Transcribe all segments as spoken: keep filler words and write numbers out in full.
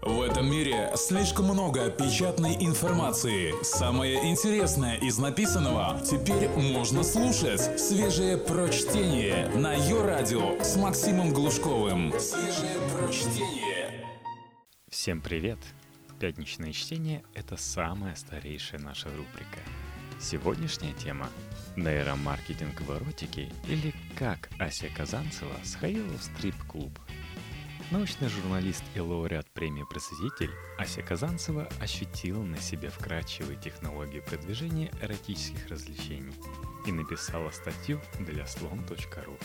В этом мире слишком много печатной информации. Самое интересное из написанного теперь можно слушать. Свежее прочтение на Йо-Радио с Максимом Глушковым. Свежее прочтение. Всем привет! Пятничное чтение – это самая старейшая наша рубрика. Сегодняшняя тема – нейромаркетинг в эротике или как Ася Казанцева сходила в стрип-клуб. Научный журналист и лауреат премии «Просветитель» Ася Казанцева ощутила на себе вкрадчивые технологии продвижения эротических развлечений и написала статью для слон точка ру.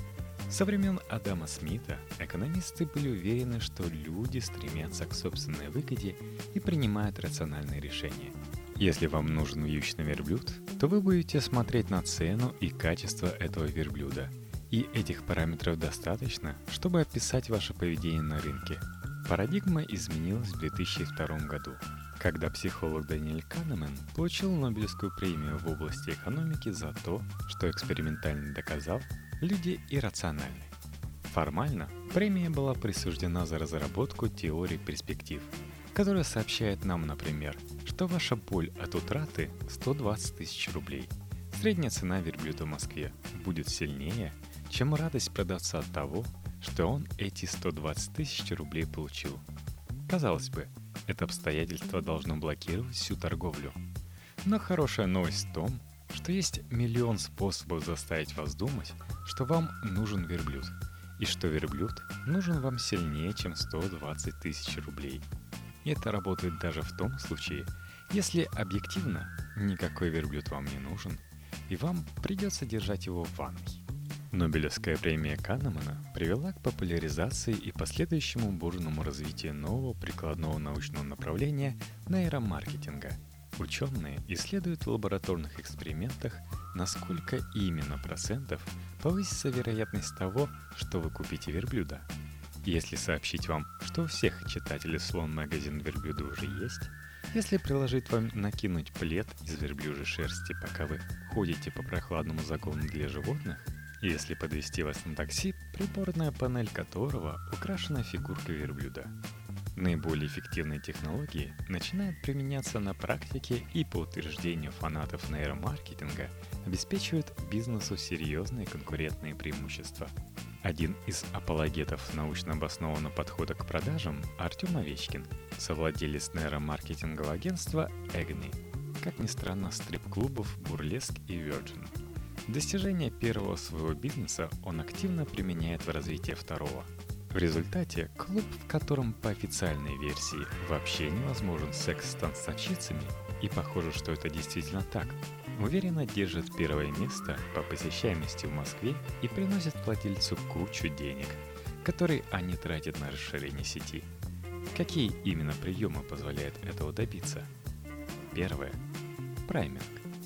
Со времен Адама Смита экономисты были уверены, что люди стремятся к собственной выгоде и принимают рациональные решения. Если вам нужен вьючный верблюд, то вы будете смотреть на цену и качество этого верблюда. И этих параметров достаточно, чтобы описать ваше поведение на рынке. Парадигма изменилась в две тысячи втором году, когда психолог Даниэль Канеман получил Нобелевскую премию в области экономики за то, что экспериментально доказал, люди иррациональны. Формально премия была присуждена за разработку теории перспектив, которая сообщает нам, например, что ваша боль от утраты сто двадцать тысяч рублей. Средняя цена верблюда в Москве будет сильнее, чем радость продавца от того, что он эти сто двадцать тысяч рублей получил. Казалось бы, это обстоятельство должно блокировать всю торговлю. Но хорошая новость в том, что есть миллион способов заставить вас думать, что вам нужен верблюд, и что верблюд нужен вам сильнее, чем сто двадцать тысяч рублей. И это работает даже в том случае, если объективно никакой верблюд вам не нужен, и вам придется держать его в ванной. Нобелевская премия Канемана привела к популяризации и последующему бурному развитию нового прикладного научного направления нейромаркетинга. Ученые исследуют в лабораторных экспериментах, насколько именно процентов повысится вероятность того, что вы купите верблюда. Если сообщить вам, что у всех читателей слон магазин верблюда уже есть, если предложить вам накинуть плед из верблюжьей шерсти, пока вы ходите по прохладному загону для животных, если подвезти вас на такси, приборная панель которого украшена фигуркой верблюда. Наиболее эффективные технологии начинают применяться на практике и, по утверждению фанатов нейромаркетинга, обеспечивают бизнесу серьезные конкурентные преимущества. Один из апологетов научно обоснованного подхода к продажам – Артем Овечкин, совладелец нейромаркетингового агентства Эгни, как ни странно, стрип-клубов Бурлеск и Virgin. Достижение первого своего бизнеса он активно применяет в развитии второго. В результате клуб, в котором по официальной версии вообще невозможен секс с танцовщицами, и похоже, что это действительно так, уверенно держит первое место по посещаемости в Москве и приносит владельцу кучу денег, которые они тратят на расширение сети. Какие именно приемы позволяют этого добиться? Первое. Прайминг.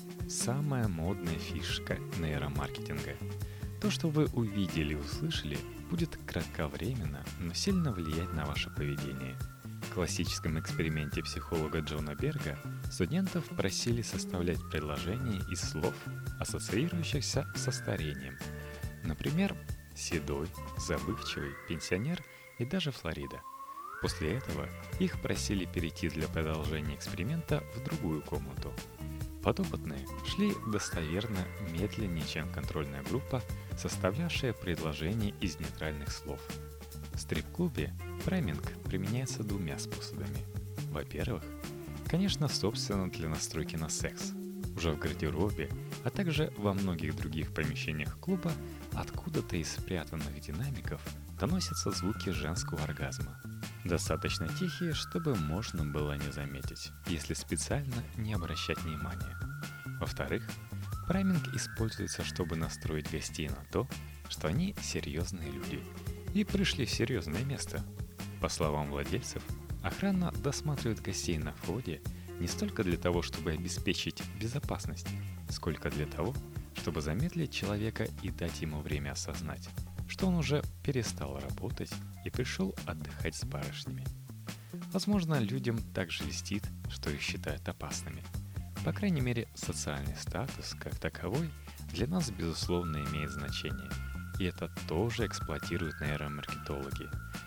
Самая модная фишка нейромаркетинга. То, что вы увидели и услышали, будет кратковременно, но сильно влиять на ваше поведение. В классическом эксперименте психолога Джона Берга студентов просили составлять предложения из слов, ассоциирующихся со старением. Например, седой, забывчивый, пенсионер и даже Флорида. После этого их просили перейти для продолжения эксперимента в другую комнату. Подопытные шли достоверно медленнее, чем контрольная группа, составлявшая предложения из нейтральных слов. В стрип-клубе прайминг применяется двумя способами. Во-первых, конечно, собственно для настройки на секс. Уже в гардеробе, а также во многих других помещениях клуба откуда-то из спрятанных динамиков доносятся звуки женского оргазма. Достаточно тихие, чтобы можно было не заметить, если специально не обращать внимания. Во-вторых, прайминг используется, чтобы настроить гостей на то, что они серьезные люди и пришли в серьезное место. По словам владельцев, охрана досматривает гостей на входе не столько для того, чтобы обеспечить безопасность, сколько для того, чтобы замедлить человека и дать ему время осознать, что он уже перестал работать и пришел отдыхать с барышнями. Возможно, людям также льстит, что их считают опасными. По крайней мере, социальный статус, как таковой, для нас, безусловно, имеет значение. И это тоже эксплуатируют нейромаркетологи.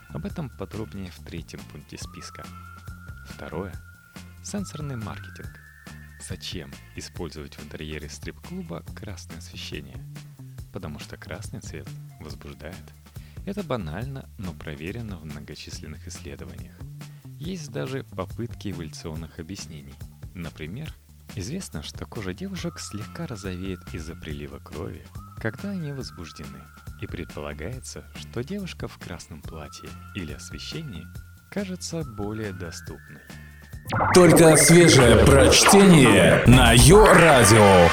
Об этом подробнее в третьем пункте списка. Второе. Сенсорный маркетинг. Зачем использовать в интерьере стрип-клуба красное освещение? Потому что красный цвет возбуждает. Это банально, но проверено в многочисленных исследованиях. Есть даже попытки эволюционных объяснений. Например, известно, что кожа девушек слегка розовеет из-за прилива крови, когда они возбуждены. И предполагается, что девушка в красном платье или освещении кажется более доступной. Только свежее прочтение на Йо-Радио.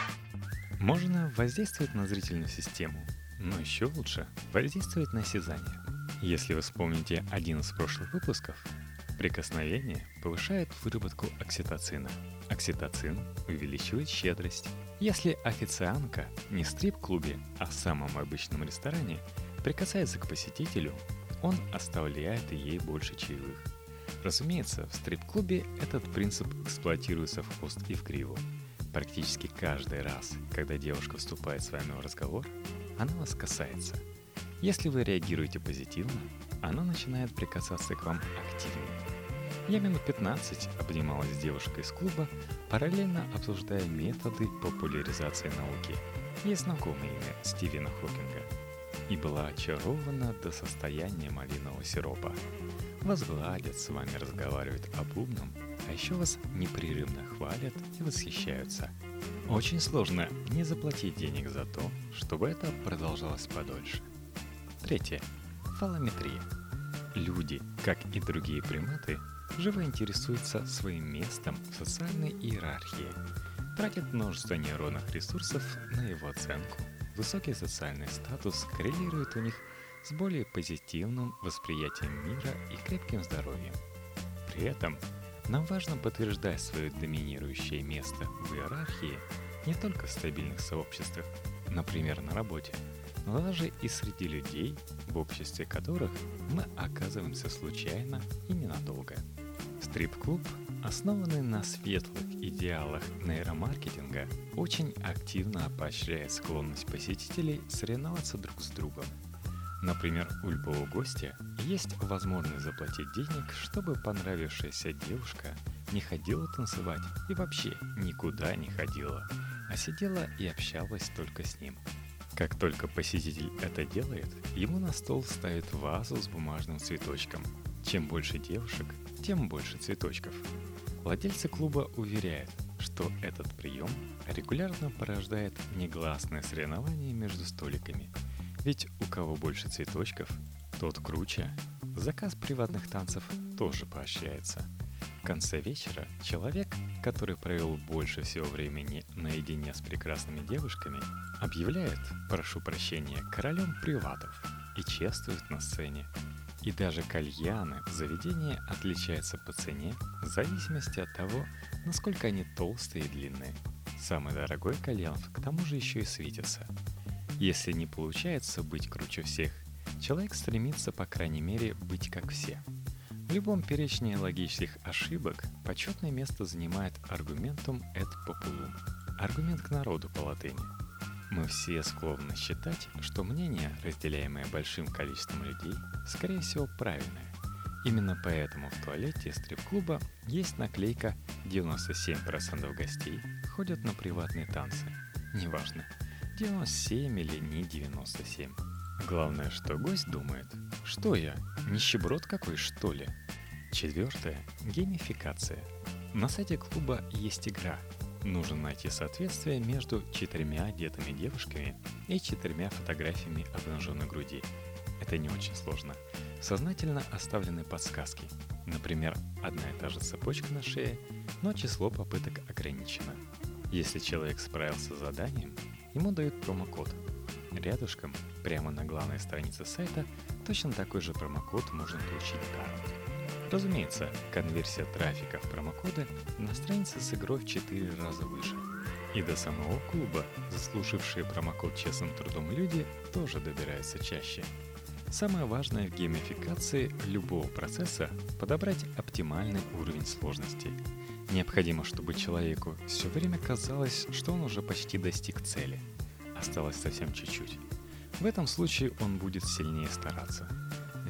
Можно воздействовать на зрительную систему, но еще лучше воздействовать на осязание. Если вы вспомните один из прошлых выпусков, прикосновение повышает выработку окситоцина. Окситоцин увеличивает щедрость. Если официантка не в стрип-клубе, а в самом обычном ресторане прикасается к посетителю, он оставляет ей больше чаевых. Разумеется, в стрип-клубе этот принцип эксплуатируется в хвост и в гриву. Практически каждый раз, когда девушка вступает с вами в разговор, она вас касается. Если вы реагируете позитивно, она начинает прикасаться к вам активнее. Я минут пятнадцать обнималась с девушкой из клуба, параллельно обсуждая методы популяризации науки. Есть знакомое имя Стивена Хокинга. И была очарована до состояния малинового сиропа. Вас гладят, с вами разговаривают об умном, а еще вас непрерывно хвалят и восхищаются. Очень сложно не заплатить денег за то, чтобы это продолжалось подольше. Третье. Фалометрия. Люди, как и другие приматы, живо интересуются своим местом в социальной иерархии, тратят множество нейронных ресурсов на его оценку. Высокий социальный статус коррелирует у них с более позитивным восприятием мира и крепким здоровьем. При этом нам важно подтверждать свое доминирующее место в иерархии не только в стабильных сообществах, например, на работе, но даже и среди людей, в обществе которых мы оказываемся случайно и ненадолго. Стрип-клуб, основанный на светлых идеалах нейромаркетинга, очень активно поощряет склонность посетителей соревноваться друг с другом. Например, у любого гостя есть возможность заплатить денег, чтобы понравившаяся девушка не ходила танцевать и вообще никуда не ходила, а сидела и общалась только с ним. Как только посетитель это делает, ему на стол ставят вазу с бумажным цветочком. Чем больше девушек, тем больше цветочков. Владельцы клуба уверяют, что этот прием регулярно порождает негласное соревнование между столиками. Ведь у кого больше цветочков, тот круче. Заказ приватных танцев тоже поощряется. В конце вечера человек, который провел больше всего времени наедине с прекрасными девушками, объявляет, прошу прощения, королем приватов и чествует на сцене. И даже кальяны в заведении отличаются по цене в зависимости от того, насколько они толстые и длинные. Самый дорогой кальян к тому же еще и светится. Если не получается быть круче всех, человек стремится, по крайней мере, быть как все. В любом перечне логических ошибок почетное место занимает аргументум et populum, аргумент к народу по латыни. Мы все склонны считать, что мнение, разделяемое большим количеством людей, скорее всего правильное. Именно поэтому в туалете стрип-клуба есть наклейка «девяносто семь процентов гостей ходят на приватные танцы». Неважно, девяносто семь или не девяносто семь. Главное, что гость думает: что я, нищеброд какой, что ли? Четвертое. Геймификация. На сайте клуба есть игра. Нужно найти соответствие между четырьмя одетыми девушками и четырьмя фотографиями обнаженной груди. Это не очень сложно. Сознательно оставлены подсказки. Например, одна и та же цепочка на шее, но число попыток ограничено. Если человек справился с заданием, ему дают промокод. Рядышком, прямо на главной странице сайта, точно такой же промокод можно получить даром. Разумеется, конверсия трафика в промокоды на странице с игрой в четыре раза выше. И до самого клуба заслужившие промокод честным трудом люди тоже добираются чаще. Самое важное в геймификации любого процесса – подобрать оптимальный уровень сложности. Необходимо, чтобы человеку все время казалось, что он уже почти достиг цели. Осталось совсем чуть-чуть. В этом случае он будет сильнее стараться.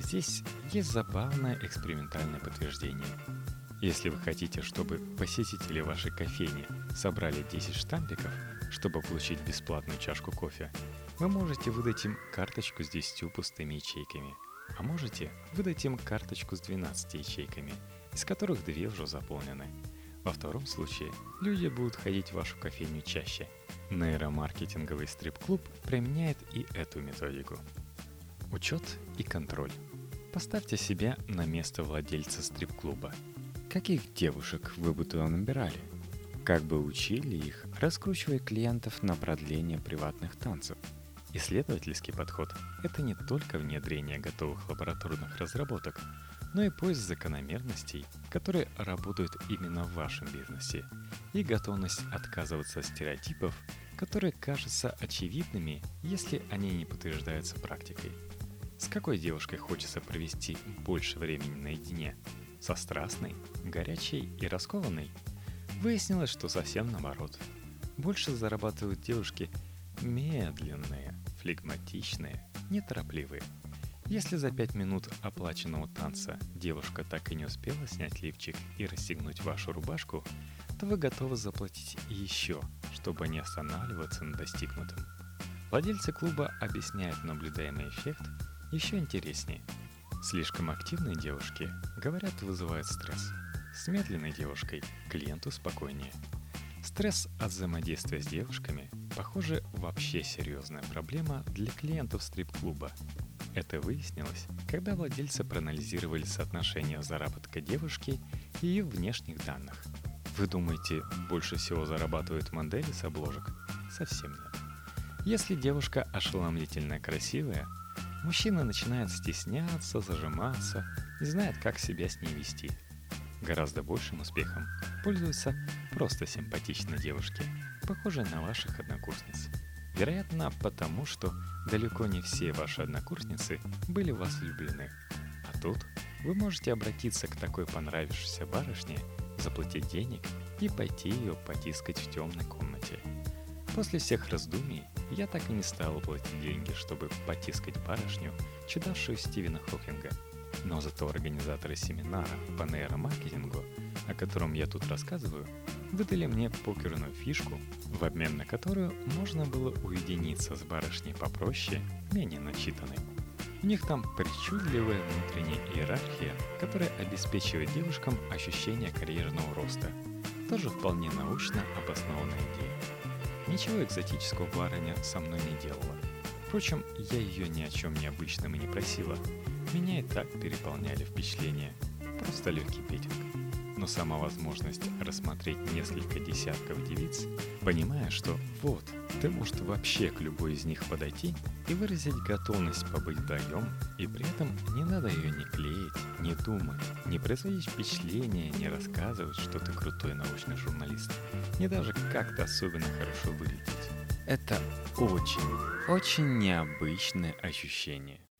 Здесь есть забавное экспериментальное подтверждение. Если вы хотите, чтобы посетители вашей кофейни собрали десять штампиков, чтобы получить бесплатную чашку кофе, вы можете выдать им карточку с десятью пустыми ячейками, а можете выдать им карточку с двенадцатью ячейками, из которых две уже заполнены. Во втором случае люди будут ходить в вашу кофейню чаще. Нейромаркетинговый стрип-клуб применяет и эту методику. Учет и контроль. Поставьте себя на место владельца стрип-клуба. Каких девушек вы бы туда набирали? Как бы учили их, раскручивая клиентов на продление приватных танцев? Исследовательский подход – это не только внедрение готовых лабораторных разработок, но и поиск закономерностей, которые работают именно в вашем бизнесе, и готовность отказываться от стереотипов, которые кажутся очевидными, если они не подтверждаются практикой. С какой девушкой хочется провести больше времени наедине? Со страстной, горячей и раскованной? Выяснилось, что совсем наоборот. Больше зарабатывают девушки медленные, флегматичные, неторопливые. Если за пять минут оплаченного танца девушка так и не успела снять лифчик и расстегнуть вашу рубашку, то вы готовы заплатить еще, чтобы не останавливаться на достигнутом. Владельцы клуба объясняют наблюдаемый эффект еще интереснее. Слишком активные девушки, говорят, вызывают стресс. С медленной девушкой клиенту спокойнее. Стресс от взаимодействия с девушками, похоже, вообще серьезная проблема для клиентов стрип-клуба. Это выяснилось, когда владельцы проанализировали соотношение заработка девушки и ее внешних данных. Вы думаете, больше всего зарабатывают модели с обложек? Совсем нет. Если девушка ошеломительно красивая, мужчина начинает стесняться, зажиматься, не знает, как себя с ней вести. Гораздо большим успехом пользуются просто симпатичные девушки, похожие на ваших однокурсниц. Вероятно, потому что далеко не все ваши однокурсницы были в вас влюблены. А тут вы можете обратиться к такой понравившейся барышне, заплатить денег и пойти ее потискать в темной комнате. После всех раздумий я так и не стал платить деньги, чтобы потискать барышню, читавшую Стивена Хокинга. Но зато организаторы семинара по нейромаркетингу, о котором я тут рассказываю, выдали мне покерную фишку, в обмен на которую можно было уединиться с барышней попроще, менее начитанной. У них там причудливая внутренняя иерархия, которая обеспечивает девушкам ощущение карьерного роста. Тоже вполне научно обоснованная идея. Ничего экзотического барыня со мной не делала. Впрочем, я ее ни о чем необычном и не просила. Меня и так переполняли впечатления. Просто легкий петинг. Но сама возможность рассмотреть несколько десятков девиц, понимая, что вот, ты можешь вообще к любой из них подойти и выразить готовность побыть вдвоем, и при этом не надо ее ни клеить, ни думать, не производить впечатления, не рассказывать, что ты крутой научный журналист, не даже как-то особенно хорошо выглядеть. Это очень, очень необычное ощущение.